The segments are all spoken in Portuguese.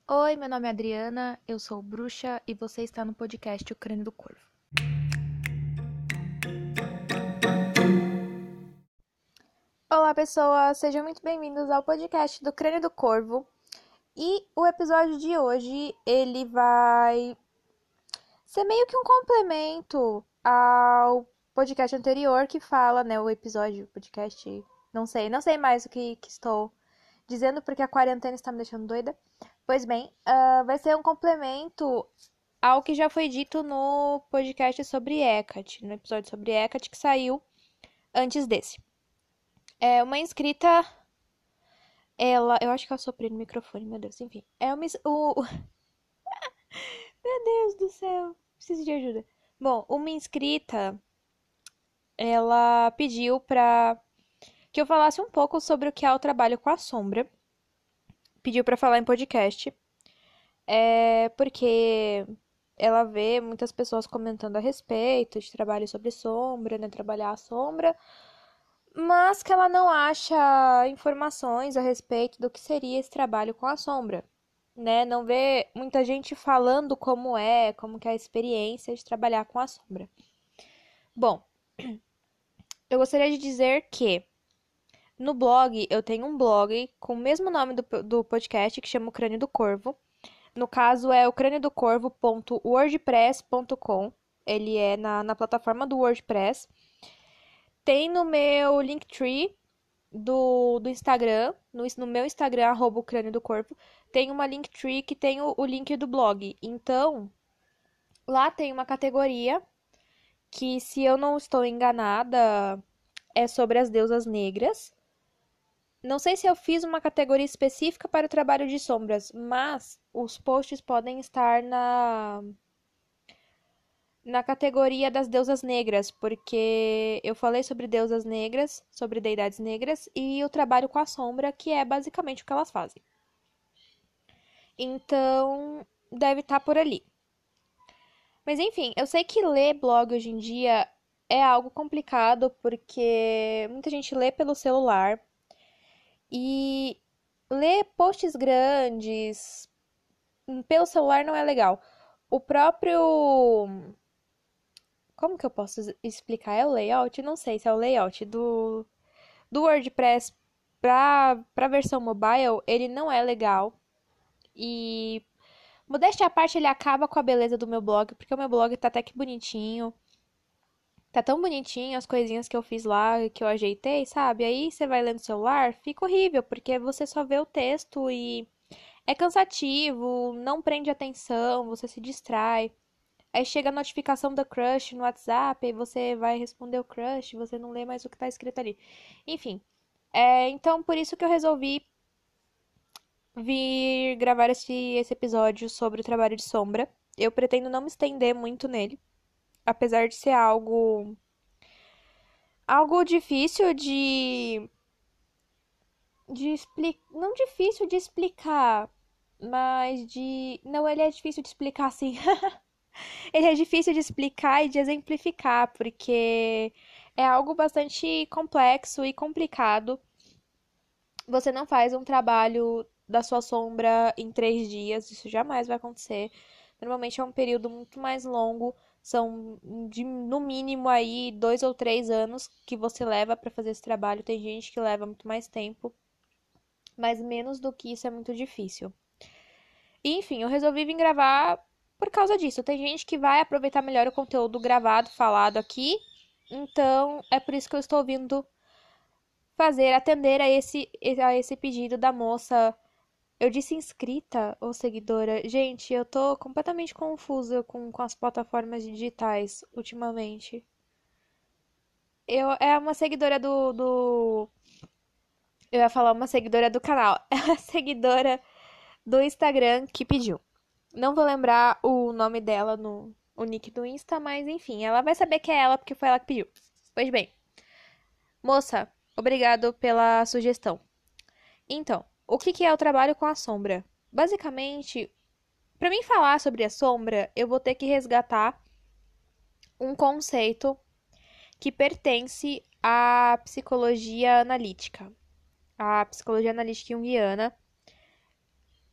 Oi, meu nome é Adriana, eu sou bruxa e você está no podcast O Crânio do Corvo. Olá, pessoas, sejam muito bem-vindos ao podcast do Crânio do Corvo. E o episódio de hoje, ele vai ser meio que um complemento ao podcast anterior que fala, né, o episódio, podcast, não sei mais o que estou dizendo porque a quarentena está me deixando doida. Pois bem, vai ser um complemento ao que já foi dito no podcast sobre Hecate, no episódio sobre Hecate que saiu antes desse. É uma inscrita, eu acho que eu soprei no microfone, meu Deus, enfim. Meu Deus do céu, preciso de ajuda. Bom, uma inscrita, ela pediu pra que eu falasse um pouco sobre o que é o trabalho com a sombra. Pediu pra falar em podcast. Porque ela vê muitas pessoas comentando a respeito de trabalho sobre sombra, né? Trabalhar a sombra, mas que ela não acha informações a respeito do que seria esse trabalho com a sombra, né? Não vê muita gente falando como que é a experiência de trabalhar com a sombra. Bom, eu gostaria de dizer que no blog, eu tenho um blog com o mesmo nome do podcast, que chama O Crânio do Corvo. No caso, é o crâniodocorvo.wordpress.com. Ele é na plataforma do WordPress. Tem no meu Linktree do Instagram, no meu Instagram, arroba o crânio do corpo, tem uma Linktree que tem o link do blog. Então, lá tem uma categoria que, se eu não estou enganada, é sobre as deusas negras. Não sei se eu fiz uma categoria específica para o trabalho de sombras, mas os posts podem estar na categoria das deusas negras, porque eu falei sobre deusas negras, sobre deidades negras e o trabalho com a sombra, que é basicamente o que elas fazem. Então, deve estar por ali. Mas enfim, eu sei que ler blog hoje em dia é algo complicado, porque muita gente lê pelo celular e ler posts grandes pelo celular não é legal. O próprio. Como que eu posso explicar? É o layout? Não sei se é o layout do WordPress para a versão mobile, ele não é legal. E modéstia à parte, ele acaba com a beleza do meu blog, porque o meu blog tá até que bonitinho. Tá tão bonitinho as coisinhas que eu fiz lá, que eu ajeitei, sabe? Aí você vai lendo no celular, fica horrível, porque você só vê o texto e é cansativo, não prende atenção, você se distrai. Aí chega a notificação da crush no WhatsApp, e você vai responder o crush, você não lê mais o que tá escrito ali. Enfim, então por isso que eu resolvi vir gravar esse episódio sobre o trabalho de sombra. Eu pretendo não me estender muito nele, apesar de ser algo difícil de explicar, não difícil de explicar, mas de, não, ele é difícil de explicar assim. Ele é difícil de explicar e de exemplificar, porque é algo bastante complexo e complicado. Você não faz um trabalho da sua sombra em 3 dias, isso jamais vai acontecer. Normalmente é um período muito mais longo, são de no mínimo aí 2 ou 3 anos que você leva para fazer esse trabalho. Tem gente que leva muito mais tempo, mas menos do que isso é muito difícil. E, enfim, eu resolvi vir gravar por causa disso. Tem gente que vai aproveitar melhor o conteúdo gravado, falado aqui, então é por isso que eu estou vindo atender a esse pedido da moça. Eu disse inscrita ou seguidora? Gente, eu tô completamente confusa com as plataformas digitais ultimamente. É uma seguidora Eu ia falar uma seguidora do canal. É uma seguidora do Instagram que pediu. Não vou lembrar o nome dela no o nick do Insta, mas enfim, ela vai saber que é ela porque foi ela que pediu. Pois bem, moça, obrigado pela sugestão. Então, o que é o trabalho com a sombra? Basicamente, para mim falar sobre a sombra, eu vou ter que resgatar um conceito que pertence à psicologia analítica. A psicologia analítica junguiana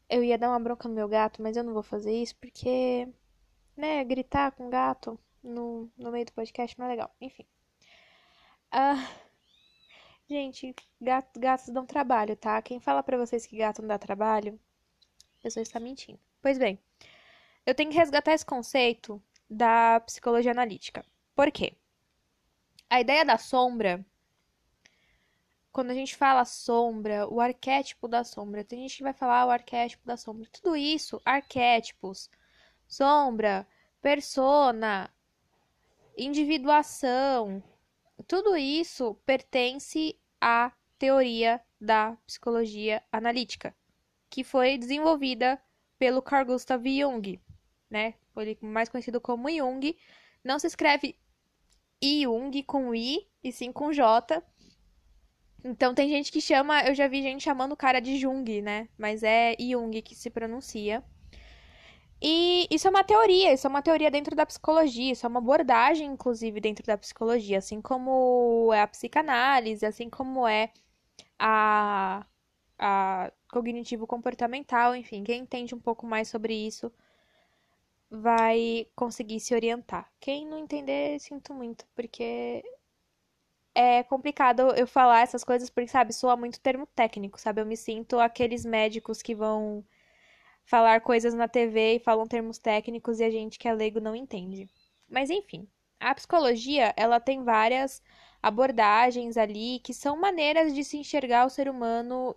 Eu ia dar uma bronca no meu gato, mas eu não vou fazer isso porque, né, gritar com gato no meio do podcast não é legal. Enfim. Ah, gente, gatos dão trabalho, tá? Quem fala pra vocês que gato não dá trabalho, a pessoa está mentindo. Pois bem, eu tenho que resgatar esse conceito da psicologia analítica. Por quê? A ideia da sombra, quando a gente fala sombra, o arquétipo da sombra, tem gente que vai falar o arquétipo da sombra. Tudo isso, arquétipos, sombra, persona, individuação, tudo isso pertence à teoria da psicologia analítica, que foi desenvolvida pelo Carl Gustav Jung, né? Ele mais conhecido como Jung. Não se escreve Jung com I, e sim com J. Então tem gente que chama, eu já vi gente chamando o cara de Jung, né? Mas é Jung que se pronuncia. E isso é uma teoria dentro da psicologia, isso é uma abordagem, inclusive, dentro da psicologia, assim como é a psicanálise, assim como é a, a cognitivo-comportamental, enfim, quem entende um pouco mais sobre isso vai conseguir se orientar. Quem não entender, sinto muito, porque é complicado eu falar essas coisas, porque, sabe, soa muito termo técnico, sabe? Eu me sinto aqueles médicos que vão falar coisas na TV e falam termos técnicos e a gente que é leigo não entende. Mas enfim, a psicologia, ela tem várias abordagens ali que são maneiras de se enxergar o ser humano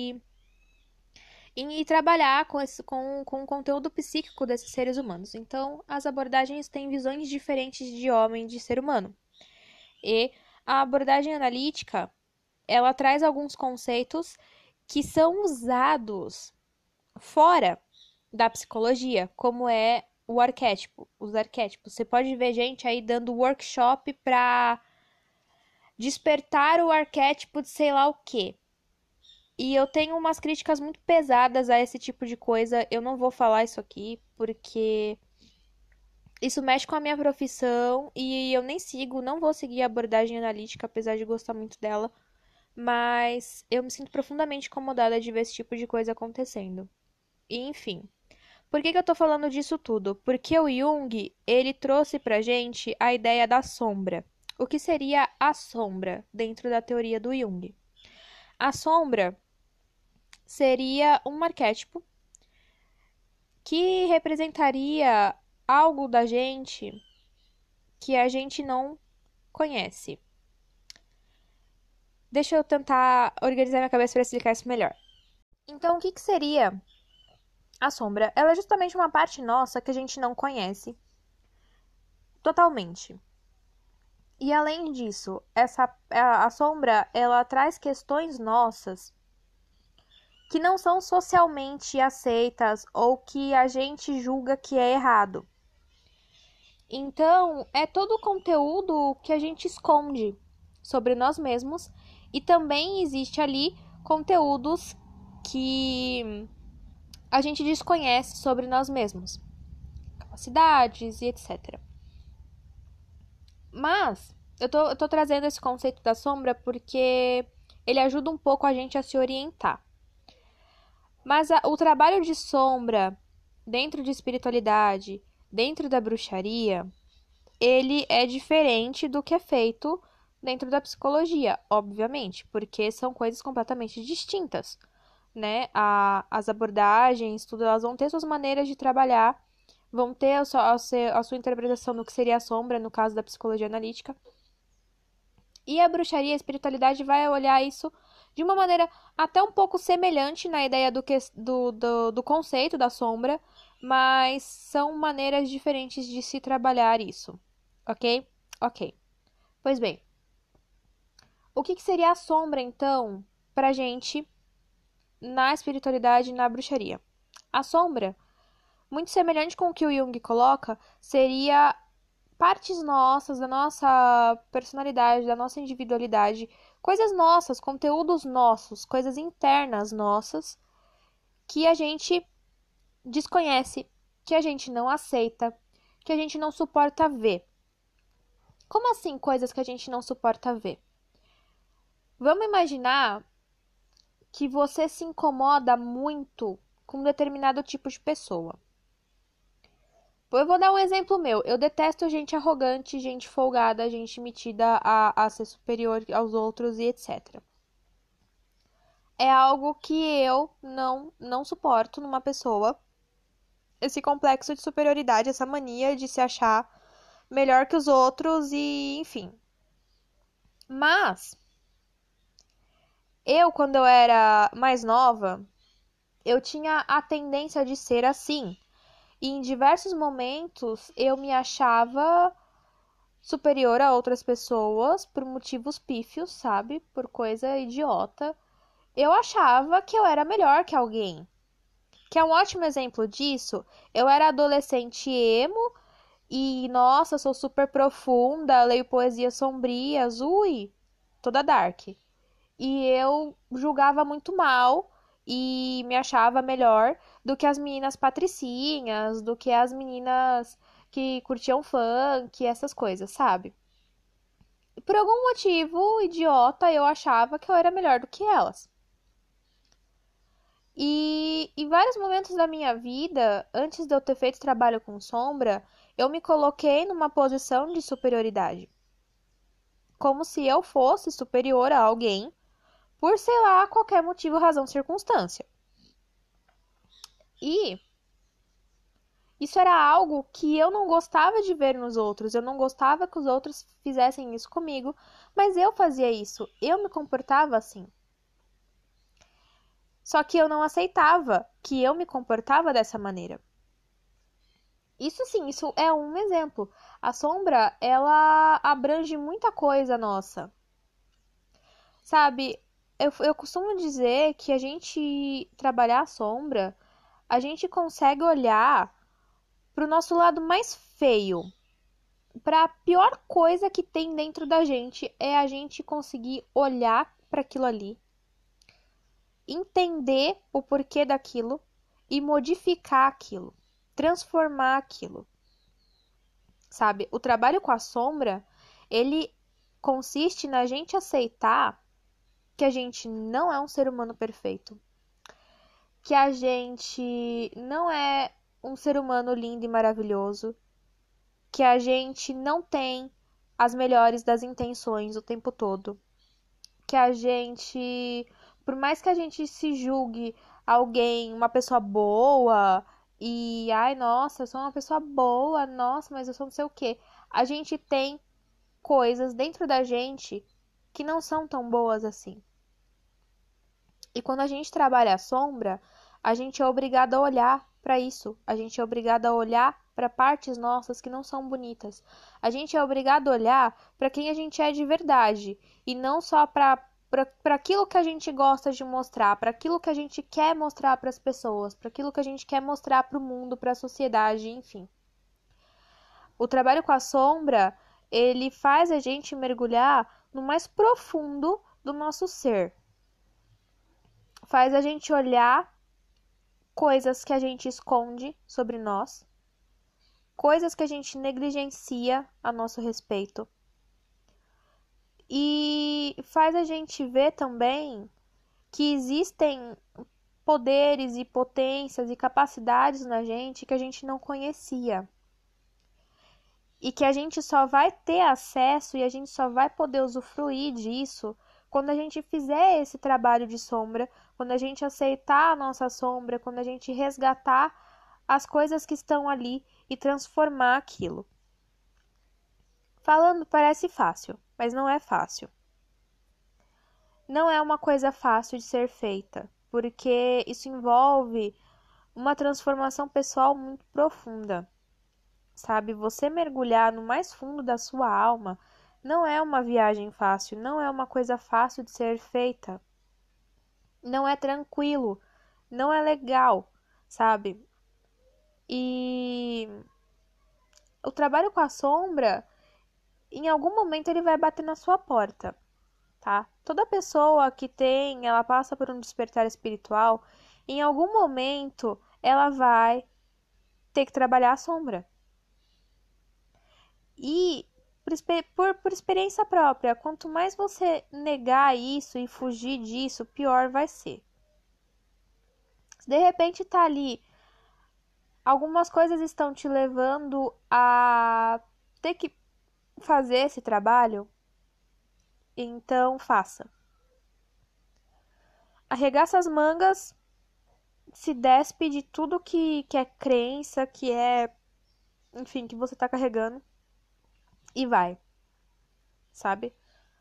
e trabalhar com o conteúdo psíquico desses seres humanos. Então, as abordagens têm visões diferentes de homem, de ser humano. E a abordagem analítica, ela traz alguns conceitos que são usados fora da psicologia, como é o arquétipo, os arquétipos. Você pode ver gente aí dando workshop para despertar o arquétipo de sei lá o quê. E eu tenho umas críticas muito pesadas a esse tipo de coisa. Eu não vou falar isso aqui porque isso mexe com a minha profissão e eu nem sigo, não vou seguir a abordagem analítica, apesar de gostar muito dela. Mas eu me sinto profundamente incomodada de ver esse tipo de coisa acontecendo. E, enfim, por que que eu tô falando disso tudo? Porque o Jung, ele trouxe pra gente a ideia da sombra. O que seria a sombra dentro da teoria do Jung? A sombra seria um arquétipo que representaria algo da gente que a gente não conhece. Deixa eu tentar organizar minha cabeça para explicar isso melhor. Então, o que que seria a sombra? Ela é justamente uma parte nossa que a gente não conhece totalmente. E além disso, a sombra, ela traz questões nossas que não são socialmente aceitas ou que a gente julga que é errado. Então, é todo o conteúdo que a gente esconde sobre nós mesmos e também existe ali conteúdos que a gente desconhece sobre nós mesmos, capacidades e etc. Mas eu tô trazendo esse conceito da sombra porque ele ajuda um pouco a gente a se orientar. Mas o trabalho de sombra dentro de espiritualidade, dentro da bruxaria, ele é diferente do que é feito dentro da psicologia, obviamente, porque são coisas completamente distintas, né? As abordagens, tudo, elas vão ter suas maneiras de trabalhar, vão ter a sua interpretação do que seria a sombra, no caso da psicologia analítica. E a bruxaria, a espiritualidade vai olhar isso de uma maneira até um pouco semelhante na ideia do conceito da sombra, mas são maneiras diferentes de se trabalhar isso, ok? Ok. Pois bem, o que seria a sombra, então, pra gente na espiritualidade e na bruxaria? A sombra, muito semelhante com o que o Jung coloca, seria partes nossas, da nossa personalidade, da nossa individualidade, coisas nossas, conteúdos nossos, coisas internas nossas que a gente desconhece, que a gente não aceita, que a gente não suporta ver. Como assim coisas que a gente não suporta ver? Vamos imaginar que você se incomoda muito com um determinado tipo de pessoa. Eu vou dar um exemplo meu. Eu detesto gente arrogante, gente folgada, gente metida a ser superior aos outros e etc. É algo que eu não suporto numa pessoa. Esse complexo de superioridade, essa mania de se achar melhor que os outros e, enfim. Mas eu, quando eu era mais nova, eu tinha a tendência de ser assim. E em diversos momentos eu me achava superior a outras pessoas por motivos pífios, sabe? Por coisa idiota. Eu achava que eu era melhor que alguém. Que é um ótimo exemplo disso. Eu era adolescente emo e, nossa, sou super profunda, leio poesias sombrias, ui, toda dark. E eu julgava muito mal e me achava melhor do que as meninas patricinhas, do que as meninas que curtiam funk, essas coisas, sabe? E por algum motivo idiota eu achava que eu era melhor do que elas. E em vários momentos da minha vida, antes de eu ter feito trabalho com sombra, eu me coloquei numa posição de superioridade. Como se eu fosse superior a alguém, por sei lá, qualquer motivo, razão, circunstância. E isso era algo que eu não gostava de ver nos outros, eu não gostava que os outros fizessem isso comigo, mas eu fazia isso, eu me comportava assim. Só que eu não aceitava que eu me comportava dessa maneira. Isso sim, isso é um exemplo. A sombra, ela abrange muita coisa nossa. Sabe, eu costumo dizer que a gente trabalhar a sombra, a gente consegue olhar pro nosso lado mais feio. Para a pior coisa que tem dentro da gente é a gente conseguir olhar para aquilo ali, entender o porquê daquilo e modificar aquilo, transformar aquilo. Sabe? O trabalho com a sombra, ele consiste na gente aceitar que a gente não é um ser humano perfeito, que a gente não é um ser humano lindo e maravilhoso, que a gente não tem as melhores das intenções o tempo todo, que a gente, por mais que a gente se julgue alguém, uma pessoa boa, e ai, nossa, eu sou uma pessoa boa, nossa, mas eu sou não sei o quê. A gente tem coisas dentro da gente que não são tão boas assim. E quando a gente trabalha a sombra, a gente é obrigado a olhar para isso. A gente é obrigado a olhar para partes nossas que não são bonitas. A gente é obrigado a olhar para quem a gente é de verdade e não só para aquilo que a gente gosta de mostrar, para aquilo que a gente quer mostrar para as pessoas, para aquilo que a gente quer mostrar para o mundo, para a sociedade, enfim. O trabalho com a sombra, ele faz a gente mergulhar no mais profundo do nosso ser. Faz a gente olhar coisas que a gente esconde sobre nós, coisas que a gente negligencia a nosso respeito. E faz a gente ver também que existem poderes e potências e capacidades na gente que a gente não conhecia. E que a gente só vai ter acesso e a gente só vai poder usufruir disso quando a gente fizer esse trabalho de sombra, quando a gente aceitar a nossa sombra, quando a gente resgatar as coisas que estão ali e transformar aquilo. Falando parece fácil, mas não é fácil. Não é uma coisa fácil de ser feita, porque isso envolve uma transformação pessoal muito profunda. Sabe, você mergulhar no mais fundo da sua alma não é uma viagem fácil, não é uma coisa fácil de ser feita. Não é tranquilo, não é legal, sabe? E o trabalho com a sombra, em algum momento ele vai bater na sua porta, tá? Toda pessoa que tem, ela passa por um despertar espiritual, em algum momento ela vai ter que trabalhar a sombra. E por experiência própria, quanto mais você negar isso e fugir disso, pior vai ser. Se de repente tá ali, algumas coisas estão te levando a ter que fazer esse trabalho, então faça. Arregaça as mangas, se despe de tudo que é crença, que é, enfim, que você tá carregando e vai, sabe?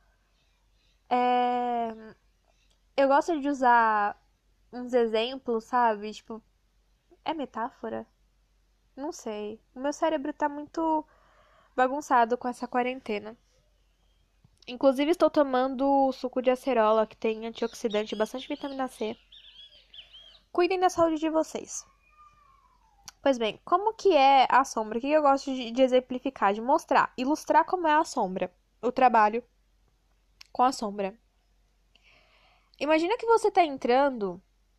Eu gosto de usar uns exemplos, sabe? Tipo, é metáfora? Não sei. O meu cérebro tá muito bagunçado com essa quarentena. Inclusive, estou tomando suco de acerola, que tem antioxidante e bastante vitamina C. Cuidem da saúde de vocês. Pois bem, como que é a sombra? O que eu gosto de exemplificar, de mostrar, ilustrar como é a sombra, o trabalho com a sombra. Imagina que você tá entrando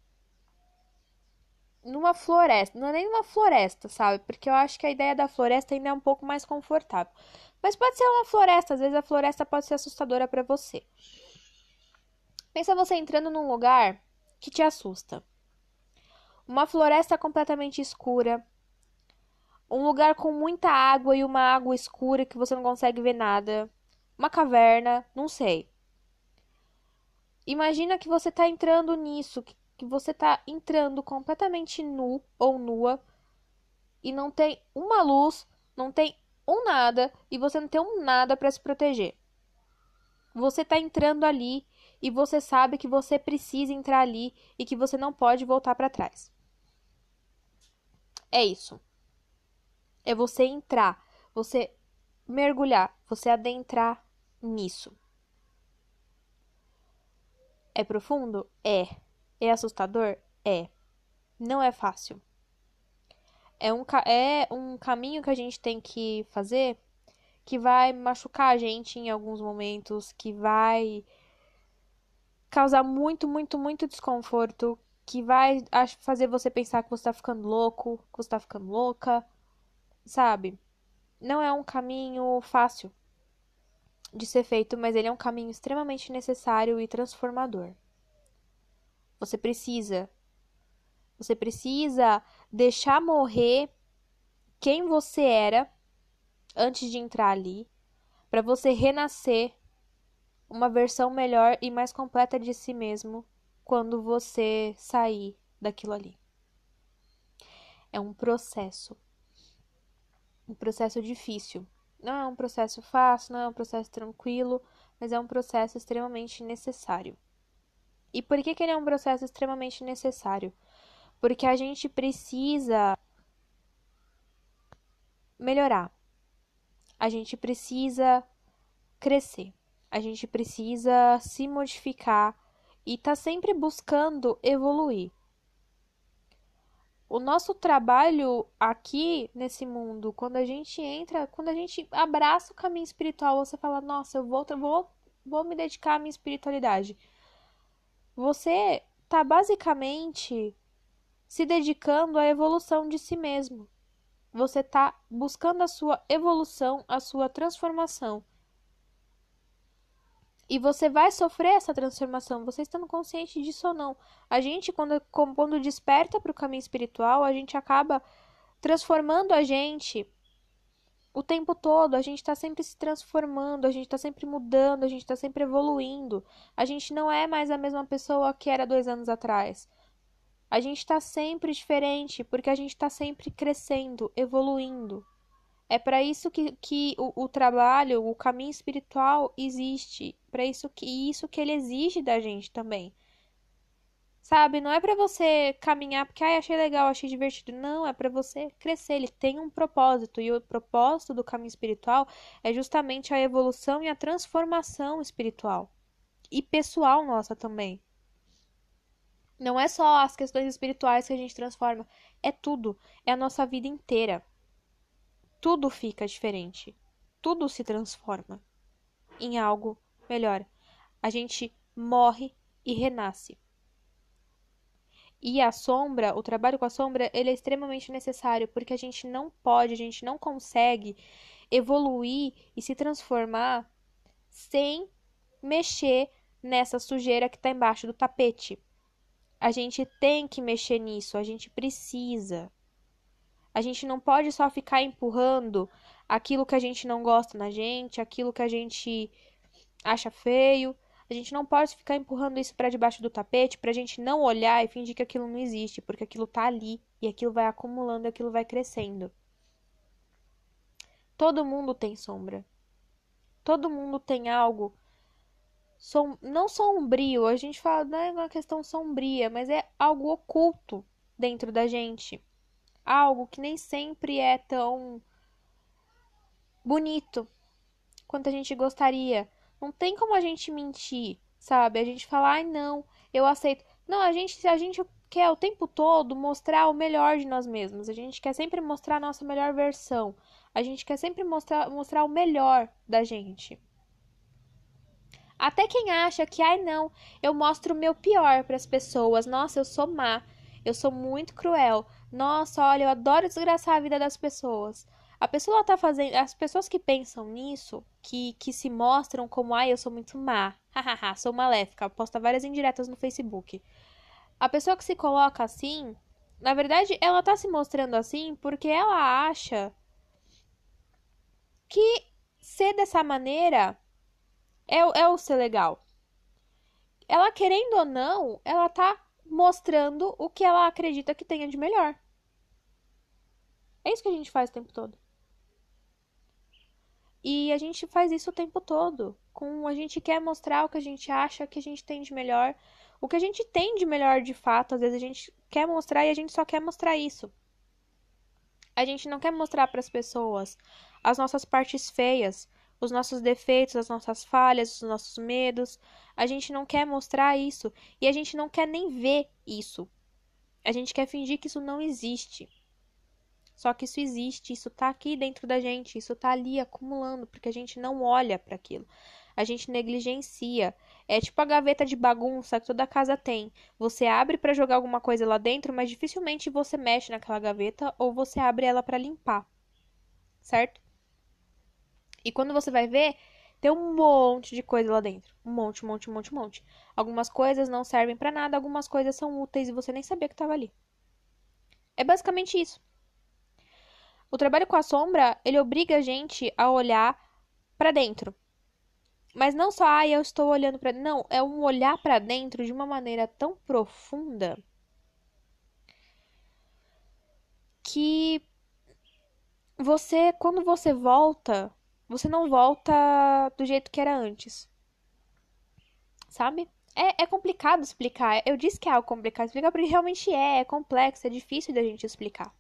numa floresta, não é nem numa floresta, sabe? Porque eu acho que a ideia da floresta ainda é um pouco mais confortável. Mas pode ser uma floresta, às vezes a floresta pode ser assustadora pra você. Pensa você entrando num lugar que te assusta. Uma floresta completamente escura, um lugar com muita água e uma água escura que você não consegue ver nada, uma caverna, não sei. Imagina que você tá entrando nisso, que você tá entrando completamente nu ou nua e não tem uma luz, não tem um nada e você não tem um nada para se proteger. Você tá entrando ali e você sabe que você precisa entrar ali e que você não pode voltar para trás. É isso. É você entrar, você mergulhar, você adentrar nisso. É profundo? É. É assustador? É. Não é fácil. É um caminho que a gente tem que fazer que vai machucar a gente em alguns momentos, que vai causar muito, muito, muito desconforto, que vai fazer você pensar que você tá ficando louco, que você tá ficando louca, sabe? Não é um caminho fácil de ser feito, mas ele é um caminho extremamente necessário e transformador. Você precisa, você precisa deixar morrer quem você era antes de entrar ali, para você renascer uma versão melhor e mais completa de si mesmo quando você sair daquilo ali. É um processo difícil. Não é um processo fácil, não é um processo tranquilo, mas é um processo extremamente necessário. E por que ele é um processo extremamente necessário? Porque a gente precisa melhorar, a gente precisa crescer, a gente precisa se modificar e tá sempre buscando evoluir. O nosso trabalho aqui nesse mundo, quando a gente entra, quando a gente abraça o caminho espiritual, você fala, nossa, vou me dedicar à minha espiritualidade. Você tá basicamente se dedicando à evolução de si mesmo. Você tá buscando a sua evolução, a sua transformação. E você vai sofrer essa transformação, você estando consciente disso ou não. A gente, quando desperta para o caminho espiritual, a gente acaba transformando a gente o tempo todo. A gente está sempre se transformando, a gente está sempre mudando, a gente está sempre evoluindo. A gente não é mais a mesma pessoa que era 2 anos atrás. A gente está sempre diferente, porque a gente está sempre crescendo, evoluindo. É para isso que o trabalho, o caminho espiritual existe. Para isso que ele exige da gente também. Sabe? Não é para você caminhar porque achei legal, achei divertido. Não, é para você crescer. Ele tem um propósito. E o propósito do caminho espiritual é justamente a evolução e a transformação espiritual. E pessoal nossa também. Não é só as questões espirituais que a gente transforma. É tudo. É a nossa vida inteira. Tudo fica diferente. Tudo se transforma em algo melhor. A gente morre e renasce. E a sombra, o trabalho com a sombra, ele é extremamente necessário, porque a gente não pode, a gente não consegue evoluir e se transformar sem mexer nessa sujeira que está embaixo do tapete. A gente tem que mexer nisso, a gente precisa. A gente não pode só ficar empurrando aquilo que a gente não gosta na gente, aquilo que a gente acha feio. A gente não pode ficar empurrando isso pra debaixo do tapete pra gente não olhar e fingir que aquilo não existe, porque aquilo tá ali e aquilo vai acumulando, aquilo vai crescendo. Todo mundo tem sombra. Todo mundo tem algo não sombrio, a gente fala, não é uma questão sombria, mas é algo oculto dentro da gente. Algo que nem sempre é tão bonito quanto a gente gostaria. Não tem como a gente mentir, sabe? A gente falar, ai não, eu aceito. Não, a gente quer o tempo todo mostrar o melhor de nós mesmos. A gente quer sempre mostrar a nossa melhor versão. A gente quer sempre mostrar o melhor da gente. Até quem acha que, ai não, eu mostro o meu pior para as pessoas. Nossa, eu sou má. Eu sou muito cruel. Nossa, olha, eu adoro desgraçar a vida das pessoas. A pessoa tá fazendo. As pessoas que pensam nisso, que se mostram como, ai, eu sou muito má. Hahaha, sou maléfica. Posta várias indiretas no Facebook. A pessoa que se coloca assim, na verdade, ela tá se mostrando assim porque ela acha que ser dessa maneira é o ser legal. Ela querendo ou não, ela tá mostrando o que ela acredita que tenha de melhor. É isso que a gente faz o tempo todo. E a gente faz isso o tempo todo. A gente quer mostrar o que a gente acha que a gente tem de melhor. O que a gente tem de melhor de fato, às vezes a gente quer mostrar e a gente só quer mostrar isso. A gente não quer mostrar para as pessoas as nossas partes feias, os nossos defeitos, as nossas falhas, os nossos medos. A gente não quer mostrar isso e a gente não quer nem ver isso. A gente quer fingir que isso não existe. Só que isso existe, isso tá aqui dentro da gente, isso tá ali acumulando, porque a gente não olha para aquilo. A gente negligencia. É tipo a gaveta de bagunça que toda casa tem. Você abre para jogar alguma coisa lá dentro, mas dificilmente você mexe naquela gaveta ou você abre ela para limpar, certo? E quando você vai ver, tem um monte de coisa lá dentro. Um monte, um monte, um monte, um monte. Algumas coisas não servem para nada, algumas coisas são úteis e você nem sabia que estava ali. É basicamente isso. O trabalho com a sombra, ele obriga a gente a olhar para dentro. Mas não só, eu estou olhando para, não, é um olhar para dentro de uma maneira tão profunda que quando você volta, você não volta do jeito que era antes, sabe? É complicado explicar. Eu disse que é algo complicado explicar porque realmente é complexo, é difícil da gente explicar.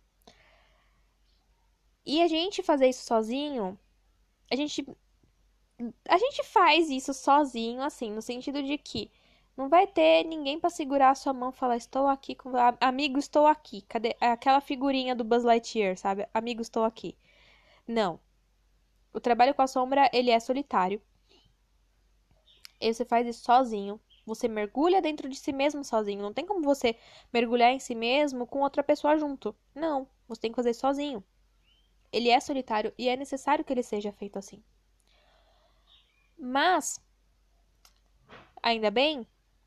E a gente fazer isso sozinho, a gente a gente faz isso sozinho, assim, no sentido de que não vai ter ninguém pra segurar a sua mão e falar, estou aqui com amigo, estou aqui. Cadê aquela figurinha do Buzz Lightyear, sabe? Amigo, estou aqui. Não. O trabalho com a sombra, ele é solitário. E você faz isso sozinho. Você mergulha dentro de si mesmo sozinho. Não tem como você mergulhar em si mesmo com outra pessoa junto. Não. Você tem que fazer sozinho. Ele é solitário e é necessário que ele seja feito assim. Mas, ainda bem,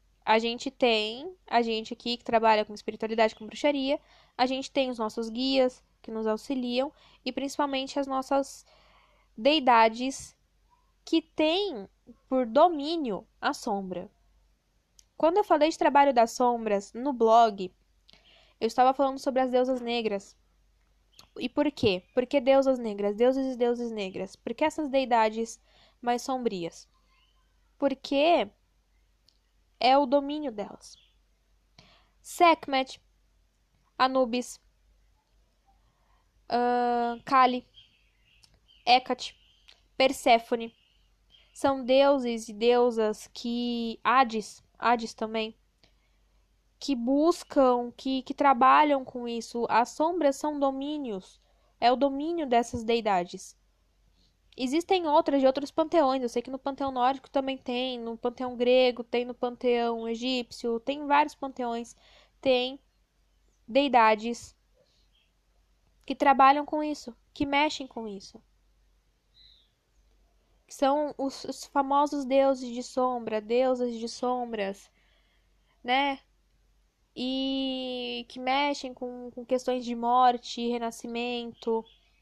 a gente aqui que trabalha com espiritualidade, com bruxaria, a gente tem os nossos guias que nos auxiliam e principalmente as nossas deidades que têm por domínio a sombra. Quando eu falei de trabalho das sombras no blog, eu estava falando sobre as deusas negras. E por quê? Por que deusas negras? Deuses e deusas negras? Por que essas deidades mais sombrias? Porque é o domínio delas. Sekhmet, Anubis, Kali, Hecate, Perséfone. São deuses e deusas que... Hades também. Que buscam, que trabalham com isso. As sombras são domínios. É o domínio dessas deidades. Existem outras de outros panteões. Eu sei que no panteão nórdico também tem, no panteão grego, tem no panteão egípcio, tem vários panteões. Tem deidades que trabalham com isso, que mexem com isso. Que são os famosos deuses de sombra, deusas de sombras, né? e que mexem com questões de morte, renascimento,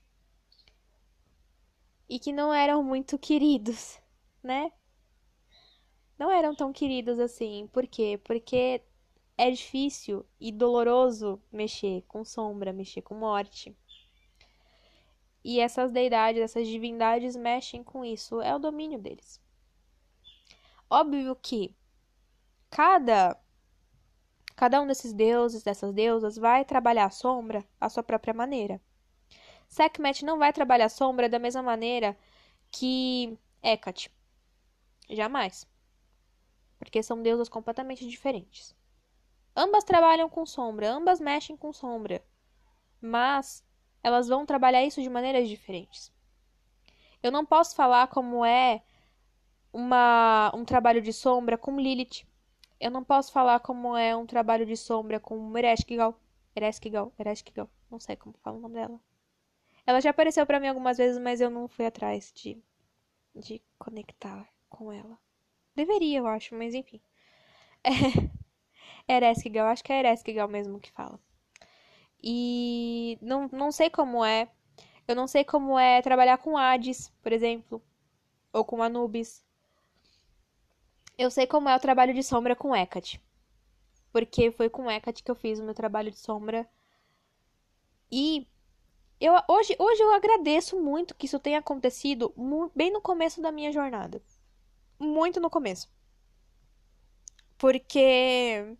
e que não eram muito queridos, né? Não eram tão queridos assim. Por quê? Porque é difícil e doloroso mexer com sombra, mexer com morte. E essas deidades, essas divindades mexem com isso. É o domínio deles. Óbvio que cada cada um desses deuses, dessas deusas, vai trabalhar a sombra à sua própria maneira. Sekhmet não vai trabalhar a sombra da mesma maneira que Hecate. Jamais. Porque são deusas completamente diferentes. Ambas trabalham com sombra, ambas mexem com sombra. Mas elas vão trabalhar isso de maneiras diferentes. Eu não posso falar como é um trabalho de sombra com Lilith. Eu não posso falar como é um trabalho de sombra com Ereshkigal. Ereshkigal. Não sei como fala o nome dela. Ela já apareceu pra mim algumas vezes, mas eu não fui atrás de conectar com ela. Deveria, eu acho, mas enfim. Ereshkigal, acho que é Ereshkigal mesmo que fala. E não sei como é. Eu não sei como é trabalhar com Hades, por exemplo. Ou com Anubis. Eu sei como é o trabalho de sombra com Hecate. Porque foi com Hecate que eu fiz o meu trabalho de sombra. E hoje eu agradeço muito que isso tenha acontecido bem no começo da minha jornada. Muito no começo. Porque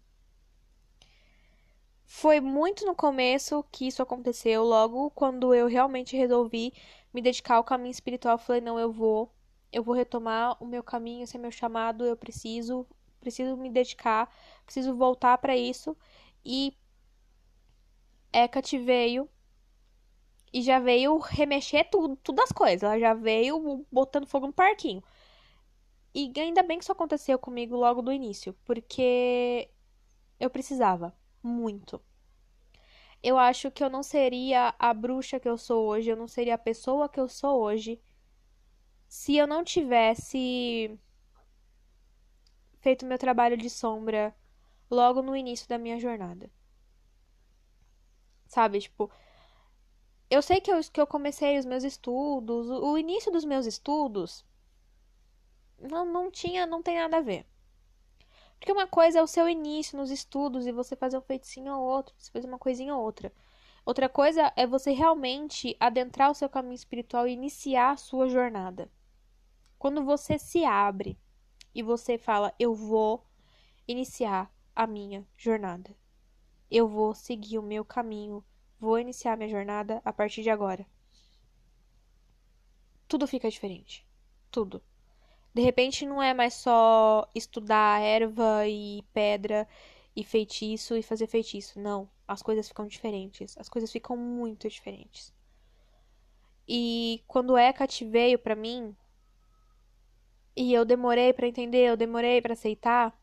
foi muito no começo que isso aconteceu. Logo, quando eu realmente resolvi me dedicar ao caminho espiritual, eu falei, não, eu vou retomar o meu caminho, esse é meu chamado, eu preciso me dedicar, preciso voltar pra isso. E Hecate veio e já veio remexer tudo as coisas. Ela já veio botando fogo no parquinho. E ainda bem que isso aconteceu comigo logo do início, porque eu precisava muito. Eu acho que eu não seria a bruxa que eu sou hoje, eu não seria a pessoa que eu sou hoje, se eu não tivesse feito meu trabalho de sombra logo no início da minha jornada. Sabe, tipo, eu sei que eu comecei os meus estudos, o início dos meus estudos não tem nada a ver. Porque uma coisa é o seu início nos estudos e você fazer um feiticinho ou outro, você fazer uma coisinha ou outra. Outra coisa é você realmente adentrar o seu caminho espiritual e iniciar a sua jornada. Quando você se abre e você fala, eu vou iniciar a minha jornada. Eu vou seguir o meu caminho. Vou iniciar a minha jornada a partir de agora. Tudo fica diferente. Tudo. De repente não é mais só estudar erva e pedra e feitiço e fazer feitiço. Não. As coisas ficam diferentes. As coisas ficam muito diferentes. E quando o Hecate veio pra mim, e eu demorei pra entender, eu demorei pra aceitar,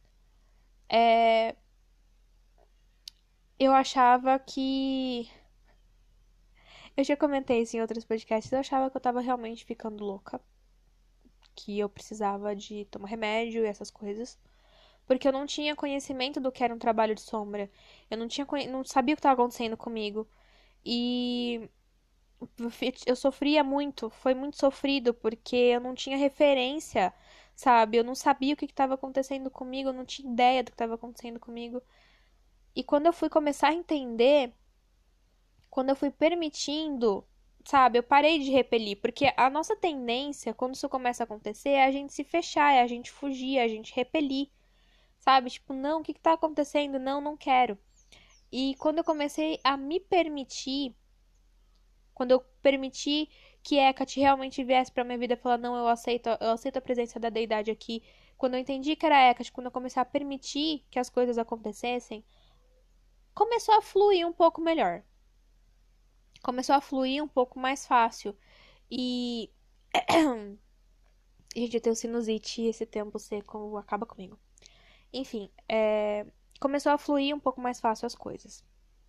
eu achava que. Eu já comentei isso em outros podcasts, eu achava que eu tava realmente ficando louca. Que eu precisava de tomar remédio e essas coisas. Porque eu não tinha conhecimento do que era um trabalho de sombra. Eu não sabia o que estava acontecendo comigo. E eu sofria muito, foi muito sofrido, porque eu não tinha referência, sabe? Eu não sabia o que estava acontecendo comigo, eu não tinha ideia do que estava acontecendo comigo. E quando eu fui começar a entender, quando eu fui permitindo, sabe, eu parei de repelir, porque a nossa tendência, quando isso começa a acontecer, é a gente se fechar, é a gente fugir, é a gente repelir, sabe? Tipo, não, o que que tá acontecendo? Não, não quero. E quando eu comecei a me permitir, quando eu permiti que Hecate realmente viesse pra minha vida e falar, não, eu aceito a presença da deidade aqui. Quando eu entendi que era Hecate, quando eu comecei a permitir que as coisas acontecesse, começou a fluir um pouco melhor. Começou a fluir um pouco mais fácil. E. Gente, eu tenho sinusite e esse tempo seco acaba comigo. Enfim, começou a fluir um pouco mais fácil as coisas.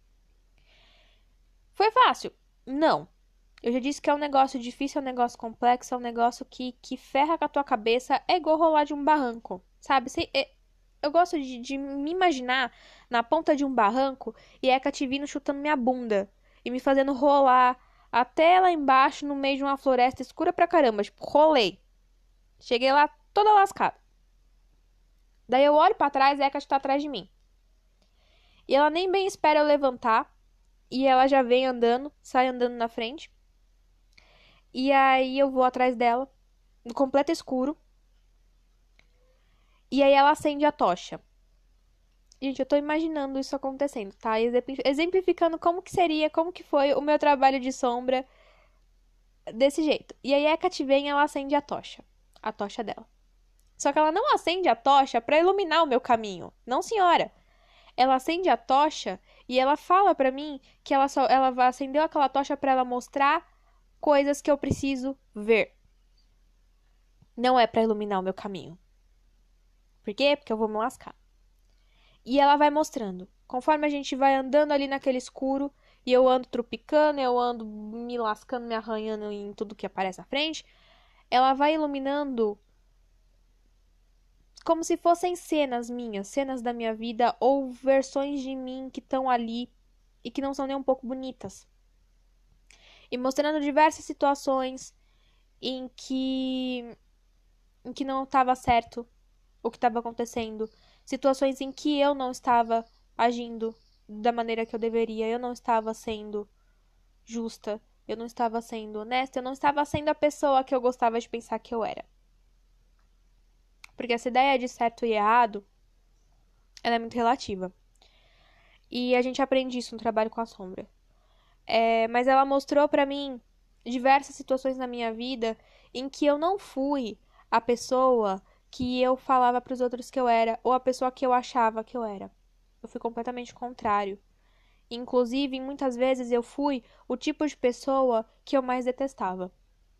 Foi fácil? Não. Eu já disse que é um negócio difícil, é um negócio complexo, é um negócio que ferra com a tua cabeça. É igual rolar de um barranco, sabe? Eu gosto de me imaginar na ponta de um barranco e a Hecate vindo chutando minha bunda e me fazendo rolar até lá embaixo no meio de uma floresta escura pra caramba. Tipo, rolei. Cheguei lá toda lascada. Daí eu olho pra trás e a Hecate tá atrás de mim. E ela nem bem espera eu levantar. E ela já vem andando, sai andando na frente. E aí eu vou atrás dela, no completo escuro. E aí ela acende a tocha. Gente, eu tô imaginando isso acontecendo, tá? Exemplificando como que seria, como que foi o meu trabalho de sombra desse jeito. E aí a Hecate vem e ela acende a tocha dela. Só que ela não acende a tocha pra iluminar o meu caminho. Não, senhora. Ela acende a tocha e ela fala pra mim que ela acendeu aquela tocha pra ela mostrar coisas que eu preciso ver. Não é pra iluminar o meu caminho. Por quê? Porque eu vou me lascar. E ela vai mostrando. Conforme a gente vai andando ali naquele escuro, e eu ando tropicando, eu ando me lascando, me arranhando em tudo que aparece na frente, ela vai iluminando como se fossem cenas minhas, cenas da minha vida ou versões de mim que estão ali e que não são nem um pouco bonitas. E mostrando diversas situações em que não estava certo o que estava acontecendo, situações em que eu não estava agindo da maneira que eu deveria, eu não estava sendo justa, eu não estava sendo honesta, eu não estava sendo a pessoa que eu gostava de pensar que eu era. Porque essa ideia de certo e errado, ela é muito relativa. E a gente aprende isso no trabalho com a sombra. Mas ela mostrou pra mim diversas situações na minha vida em que eu não fui a pessoa que eu falava pros outros que eu era, ou a pessoa que eu achava que eu era. Eu fui completamente contrário. Inclusive, muitas vezes eu fui o tipo de pessoa que eu mais detestava.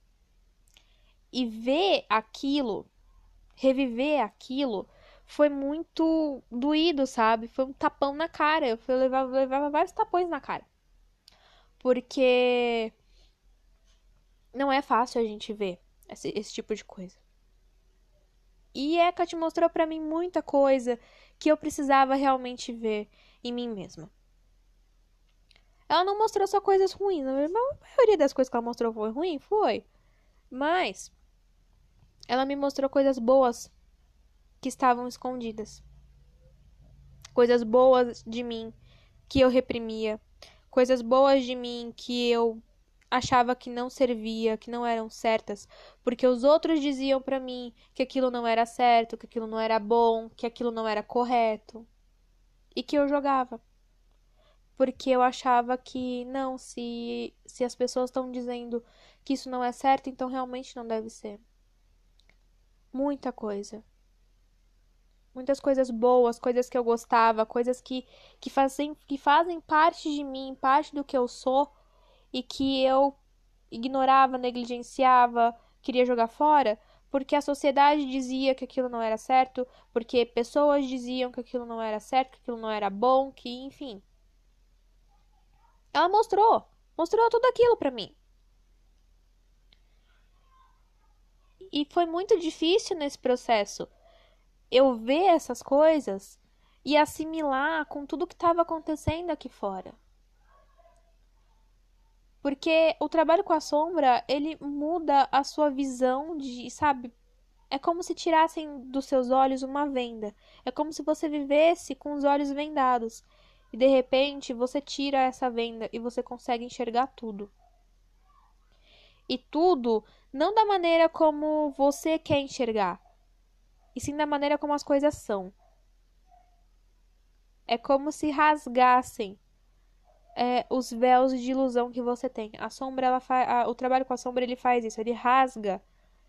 E ver aquilo, reviver aquilo, foi muito doído, sabe? Foi um tapão na cara. Levava vários tapões na cara. Porque não é fácil a gente ver esse tipo de coisa. E Hecate mostrou pra mim muita coisa que eu precisava realmente ver em mim mesma. Ela não mostrou só coisas ruins, a maioria das coisas que ela mostrou foi ruim, foi. Mas ela me mostrou coisas boas que estavam escondidas. Coisas boas de mim que eu reprimia. Coisas boas de mim que eu achava que não servia, que não eram certas, porque os outros diziam pra mim que aquilo não era certo, que aquilo não era bom, que aquilo não era correto, e que eu jogava. Porque eu achava que não, se as pessoas estão dizendo que isso não é certo, então realmente não deve ser. Muita coisa. Muitas coisas boas, coisas que eu gostava, coisas que fazem parte de mim, parte do que eu sou, e que eu ignorava, negligenciava, queria jogar fora, porque a sociedade dizia que aquilo não era certo, porque pessoas diziam que aquilo não era certo, que aquilo não era bom, que enfim. Ela mostrou tudo aquilo pra mim. E foi muito difícil nesse processo eu ver essas coisas e assimilar com tudo que estava acontecendo aqui fora. Porque o trabalho com a sombra, ele muda a sua visão de, sabe? É como se tirassem dos seus olhos uma venda. É como se você vivesse com os olhos vendados. E de repente você tira essa venda e você consegue enxergar tudo. E tudo não da maneira como você quer enxergar, e sim da maneira como as coisas são. É como se rasgassem os véus de ilusão que você tem. A sombra, o trabalho com a sombra, ele faz isso. Ele rasga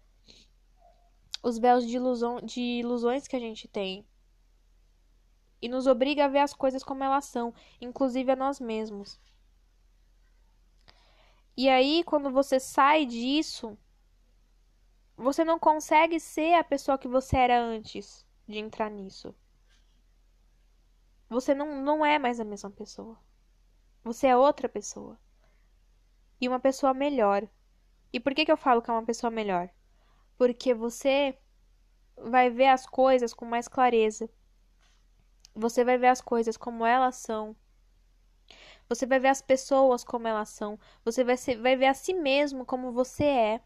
os véus de ilusões que a gente tem e nos obriga a ver as coisas como elas são, inclusive a nós mesmos. E aí, quando você sai disso, você não consegue ser a pessoa que você era antes de entrar nisso. Você não é mais a mesma pessoa. Você é outra pessoa. E uma pessoa melhor. E por que eu falo que é uma pessoa melhor? Porque você vai ver as coisas com mais clareza. Você vai ver as coisas como elas são. Você vai ver as pessoas como elas são. Você vai ver a si mesmo como você é.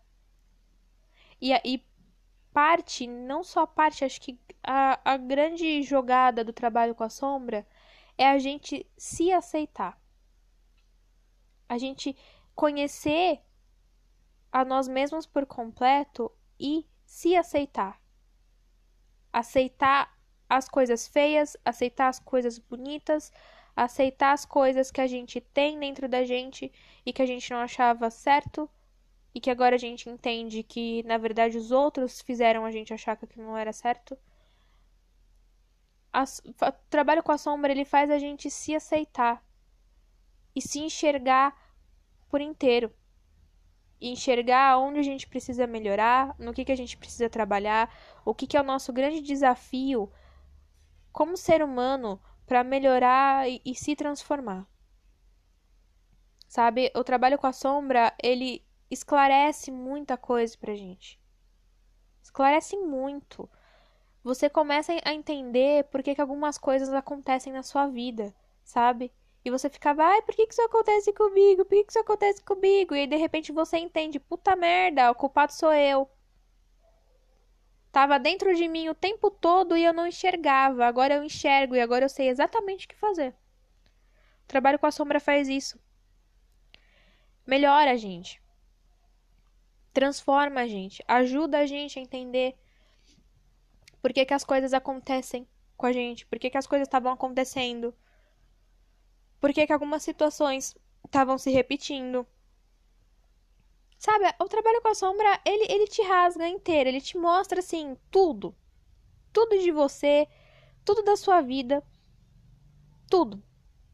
E parte, não só parte, acho que a grande jogada do trabalho com a sombra é a gente se aceitar. A gente conhecer a nós mesmos por completo e se aceitar. Aceitar as coisas feias, aceitar as coisas bonitas, aceitar as coisas que a gente tem dentro da gente e que a gente não achava certo e que agora a gente entende que na verdade os outros fizeram a gente achar que aquilo não era certo. O trabalho com a sombra ele faz a gente se aceitar e se enxergar por inteiro. E enxergar onde a gente precisa melhorar, no que a gente precisa trabalhar, o que é o nosso grande desafio como ser humano para melhorar e se transformar. Sabe? O trabalho com a sombra, ele esclarece muita coisa pra gente. Esclarece muito. Você começa a entender por que algumas coisas acontecem na sua vida, sabe? E você ficava, ai, por que isso acontece comigo? Por que isso acontece comigo? E aí, de repente, você entende, puta merda, o culpado sou eu. Tava dentro de mim o tempo todo e eu não enxergava. Agora eu enxergo e agora eu sei exatamente o que fazer. O trabalho com a sombra faz isso. Melhora a gente. Transforma a gente. Ajuda a gente a entender por que as coisas acontecem com a gente. Por que as coisas estavam acontecendo. Por que algumas situações estavam se repetindo. Sabe, o trabalho com a sombra, ele te rasga inteiro. Ele te mostra, assim, tudo. Tudo de você. Tudo da sua vida. Tudo.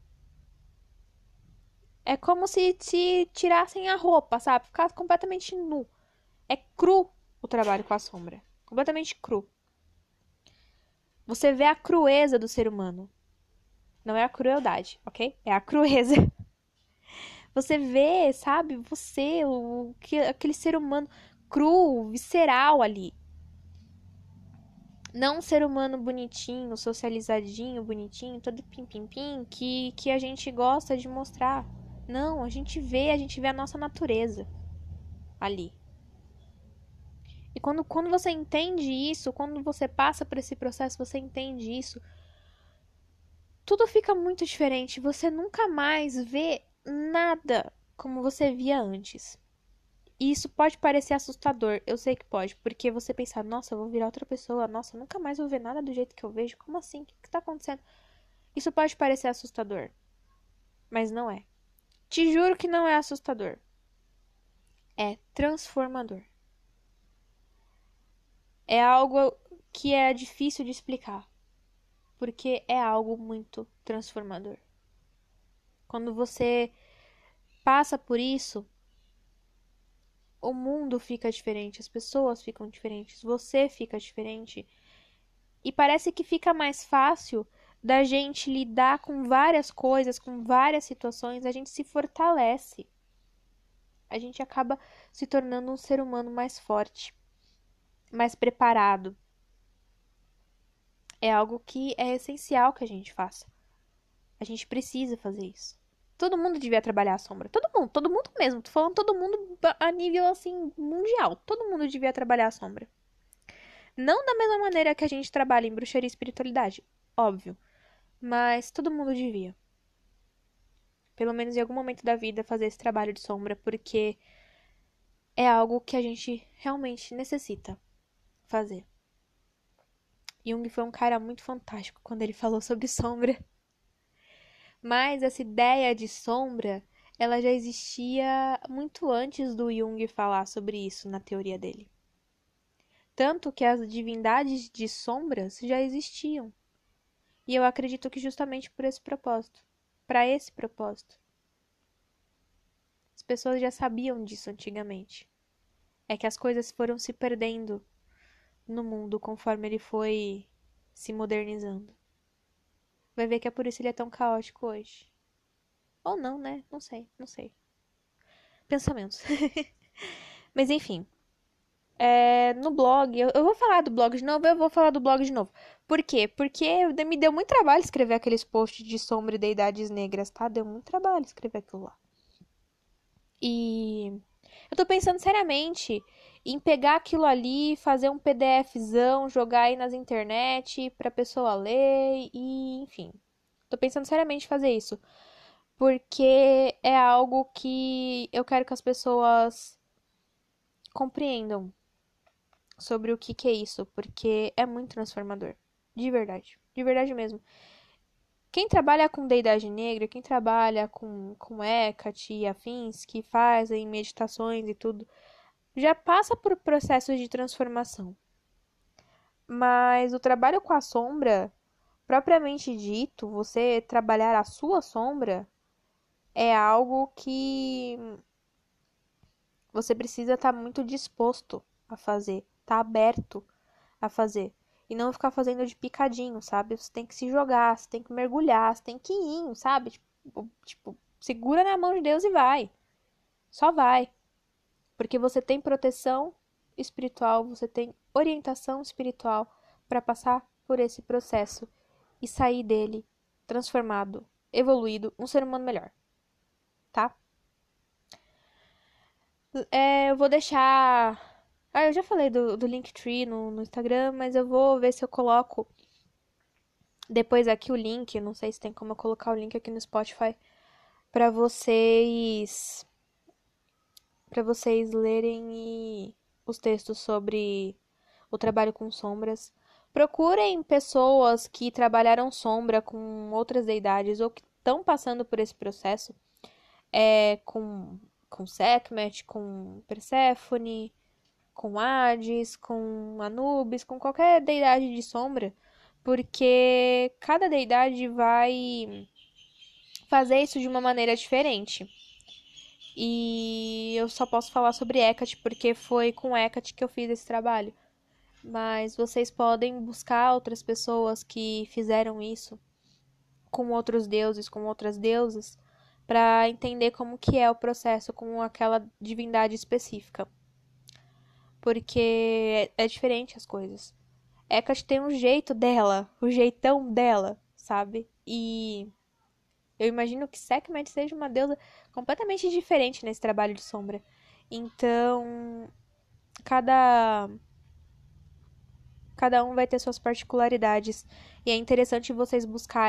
É como se te tirassem a roupa, sabe? Ficasse completamente nu. É cru o trabalho com a sombra. Completamente cru. Você vê a crueza do ser humano. Não é a crueldade, ok? É a crueza. Você vê, sabe? Você, aquele ser humano cru, visceral ali. Não um ser humano bonitinho, socializadinho, bonitinho, todo pim-pim-pim, que a gente gosta de mostrar. Não, a gente vê a nossa natureza ali. E quando você entende isso, quando você passa por esse processo, você entende isso, tudo fica muito diferente. Você nunca mais vê nada como você via antes. E isso pode parecer assustador, eu sei que pode, porque você pensa, nossa, eu vou virar outra pessoa, nossa, eu nunca mais vou ver nada do jeito que eu vejo, como assim? O que tá acontecendo? Isso pode parecer assustador, mas não é. Te juro que não é assustador. É transformador. É algo que é difícil de explicar, porque é algo muito transformador. Quando você passa por isso, o mundo fica diferente, as pessoas ficam diferentes, você fica diferente. E parece que fica mais fácil da gente lidar com várias coisas, com várias situações, a gente se fortalece. A gente acaba se tornando um ser humano mais forte, mais preparado. É algo que é essencial que a gente faça. A gente precisa fazer isso. Todo mundo devia trabalhar a sombra. Todo mundo mesmo. Tô falando todo mundo a nível assim mundial. Todo mundo devia trabalhar a sombra. Não da mesma maneira que a gente trabalha em bruxaria e espiritualidade, óbvio. Mas todo mundo devia. Pelo menos em algum momento da vida fazer esse trabalho de sombra, porque é algo que a gente realmente necessita fazer. Jung foi um cara muito fantástico quando ele falou sobre sombra. Mas essa ideia de sombra, ela já existia muito antes do Jung falar sobre isso na teoria dele. Tanto que as divindades de sombras já existiam. E eu acredito que justamente por esse propósito. Para esse propósito. As pessoas já sabiam disso antigamente. É que as coisas foram se perdendo no mundo conforme ele foi se modernizando. Vai ver que é por isso que ele é tão caótico hoje. Ou não, né? Não sei, não sei. Pensamentos. Mas enfim. No blog, eu vou falar do blog de novo, eu vou falar do blog de novo. Por quê? Porque me deu muito trabalho escrever aqueles posts de sombra e deidades negras, tá? Deu muito trabalho escrever aquilo lá. E eu tô pensando seriamente em pegar aquilo ali, fazer um PDFzão, jogar aí nas internet pra pessoa ler e, enfim. Tô pensando seriamente em fazer isso, porque é algo que eu quero que as pessoas compreendam sobre o que que é isso, porque é muito transformador, de verdade mesmo. Quem trabalha com deidade negra, quem trabalha com Hecate e afins, que fazem meditações e tudo, já passa por processos de transformação. Mas o trabalho com a sombra, propriamente dito, você trabalhar a sua sombra, é algo que você precisa estar muito disposto a fazer, tá aberto a fazer. E não ficar fazendo de picadinho, sabe? Você tem que se jogar, você tem que mergulhar, você tem que ir, sabe? Tipo, segura na mão de Deus e vai. Só vai. Porque você tem proteção espiritual, você tem orientação espiritual para passar por esse processo e sair dele transformado, evoluído, um ser humano melhor, tá? Eu vou deixar. Ah, eu já falei do Linktree no Instagram, mas eu vou ver se eu coloco depois aqui o link. Não sei se tem como eu colocar o link aqui no Spotify para vocês lerem os textos sobre o trabalho com sombras. Procurem pessoas que trabalharam sombra com outras deidades ou que estão passando por esse processo, com Sekhmet, com Perséfone, com Hades, com Anubis, com qualquer deidade de sombra, porque cada deidade vai fazer isso de uma maneira diferente. E eu só posso falar sobre Hecate porque foi com Hecate que eu fiz esse trabalho. Mas vocês podem buscar outras pessoas que fizeram isso com outros deuses, com outras deusas, para entender como que é o processo com aquela divindade específica. Porque é diferente as coisas. Hecate tem um jeito dela, o jeitão dela, sabe? E eu imagino que Sekhmet seja uma deusa completamente diferente nesse trabalho de sombra. Então, cada cada um vai ter suas particularidades e é interessante vocês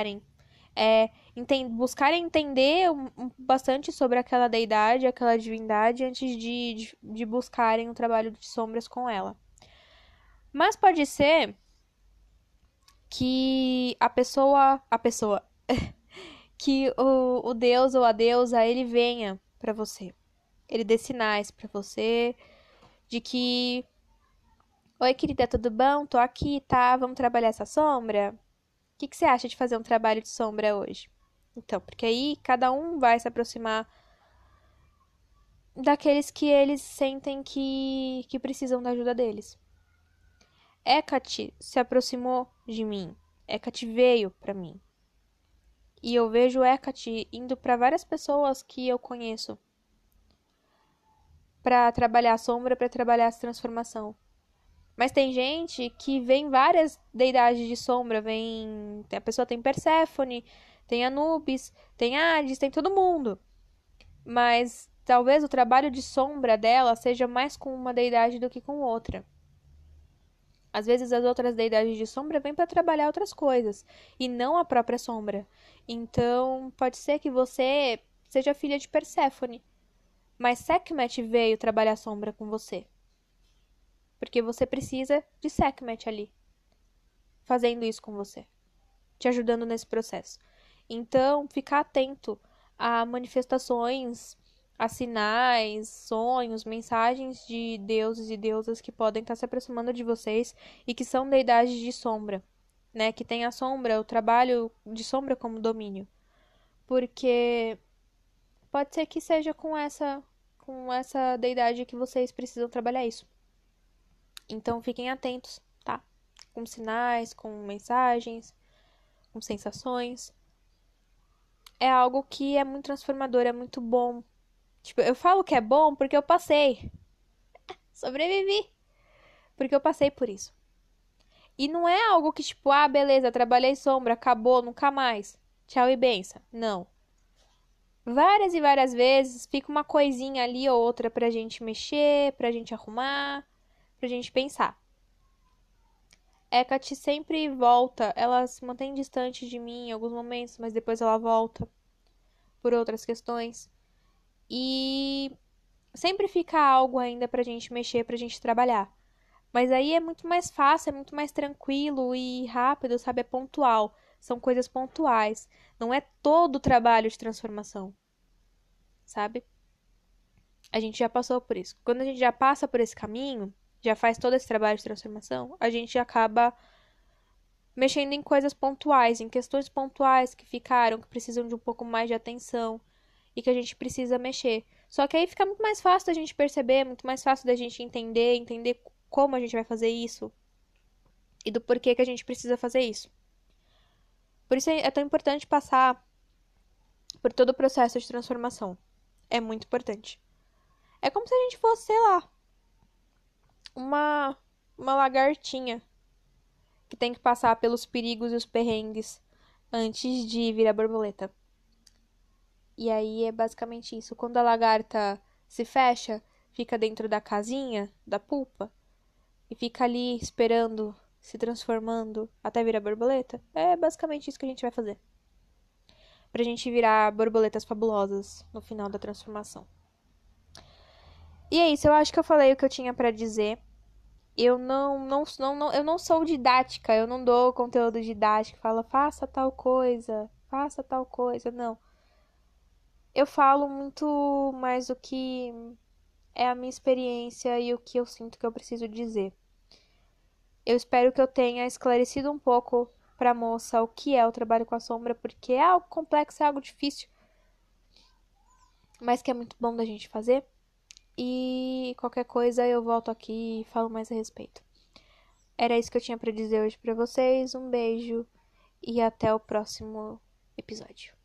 buscarem entender bastante sobre aquela deidade, aquela divindade antes de buscarem o trabalho de sombras com ela. Mas pode ser que que o deus ou a deusa, ele venha pra você. Ele dê sinais pra você de que, oi, querida, tudo bom? Tô aqui, tá? Vamos trabalhar essa sombra? O que você acha de fazer um trabalho de sombra hoje? Então, porque aí cada um vai se aproximar daqueles que eles sentem que precisam da ajuda deles. Hecate se aproximou de mim. Hecate veio pra mim. E eu vejo Hecate indo para várias pessoas que eu conheço para trabalhar a sombra, para trabalhar essa transformação. Mas tem gente que vem várias deidades de sombra, a pessoa tem Perséfone, tem Anubis, tem Hades, tem todo mundo. Mas talvez o trabalho de sombra dela seja mais com uma deidade do que com outra. Às vezes as outras deidades de sombra vêm para trabalhar outras coisas e não a própria sombra. Então, pode ser que você seja filha de Perséfone, mas Sekhmet veio trabalhar a sombra com você. Porque você precisa de Sekhmet ali, fazendo isso com você, te ajudando nesse processo. Então, ficar atento a manifestações, a sinais, sonhos, mensagens de deuses e deusas que podem estar se aproximando de vocês e que são deidades de sombra, né? Que tem a sombra, o trabalho de sombra como domínio. Porque pode ser que seja com essa deidade que vocês precisam trabalhar isso. Então fiquem atentos, tá? Com sinais, com mensagens, com sensações. É algo que é muito transformador, é muito bom. Tipo, eu falo que é bom porque eu passei. Sobrevivi. Porque eu passei por isso. E não é algo que, tipo, ah, beleza, trabalhei sombra, acabou, nunca mais. Tchau e benção. Não. Várias e várias vezes fica uma coisinha ali ou outra pra gente mexer, pra gente arrumar, pra gente pensar. Hecate sempre volta, ela se mantém distante de mim em alguns momentos, mas depois ela volta por outras questões. E sempre fica algo ainda pra gente mexer, pra gente trabalhar. Mas aí é muito mais fácil, é muito mais tranquilo e rápido, sabe? É pontual. São coisas pontuais. Não é todo o trabalho de transformação, sabe? A gente já passou por isso. Quando a gente já passa por esse caminho, já faz todo esse trabalho de transformação, a gente acaba mexendo em coisas pontuais, em questões pontuais que ficaram, que precisam de um pouco mais de atenção e que a gente precisa mexer. Só que aí fica muito mais fácil da gente perceber, muito mais fácil da gente entender como a gente vai fazer isso e do porquê que a gente precisa fazer isso. Por isso é tão importante passar por todo o processo de transformação. É muito importante. É como se a gente fosse, sei lá, uma lagartinha que tem que passar pelos perigos e os perrengues antes de virar borboleta. E aí é basicamente isso. Quando a lagarta se fecha, fica dentro da casinha, da pupa, e fica ali esperando, se transformando até virar borboleta. É basicamente isso que a gente vai fazer. Pra gente virar borboletas fabulosas no final da transformação. E é isso, eu acho que eu falei o que eu tinha pra dizer. Eu não sou didática, eu não dou conteúdo didático, fala faça tal coisa, não. Eu falo muito mais o que é a minha experiência e o que eu sinto que eu preciso dizer. Eu espero que eu tenha esclarecido um pouco pra moça o que é o trabalho com a sombra, porque é algo complexo, é algo difícil, mas que é muito bom da gente fazer. E qualquer coisa eu volto aqui e falo mais a respeito. Era isso que eu tinha pra dizer hoje pra vocês. Um beijo e até o próximo episódio.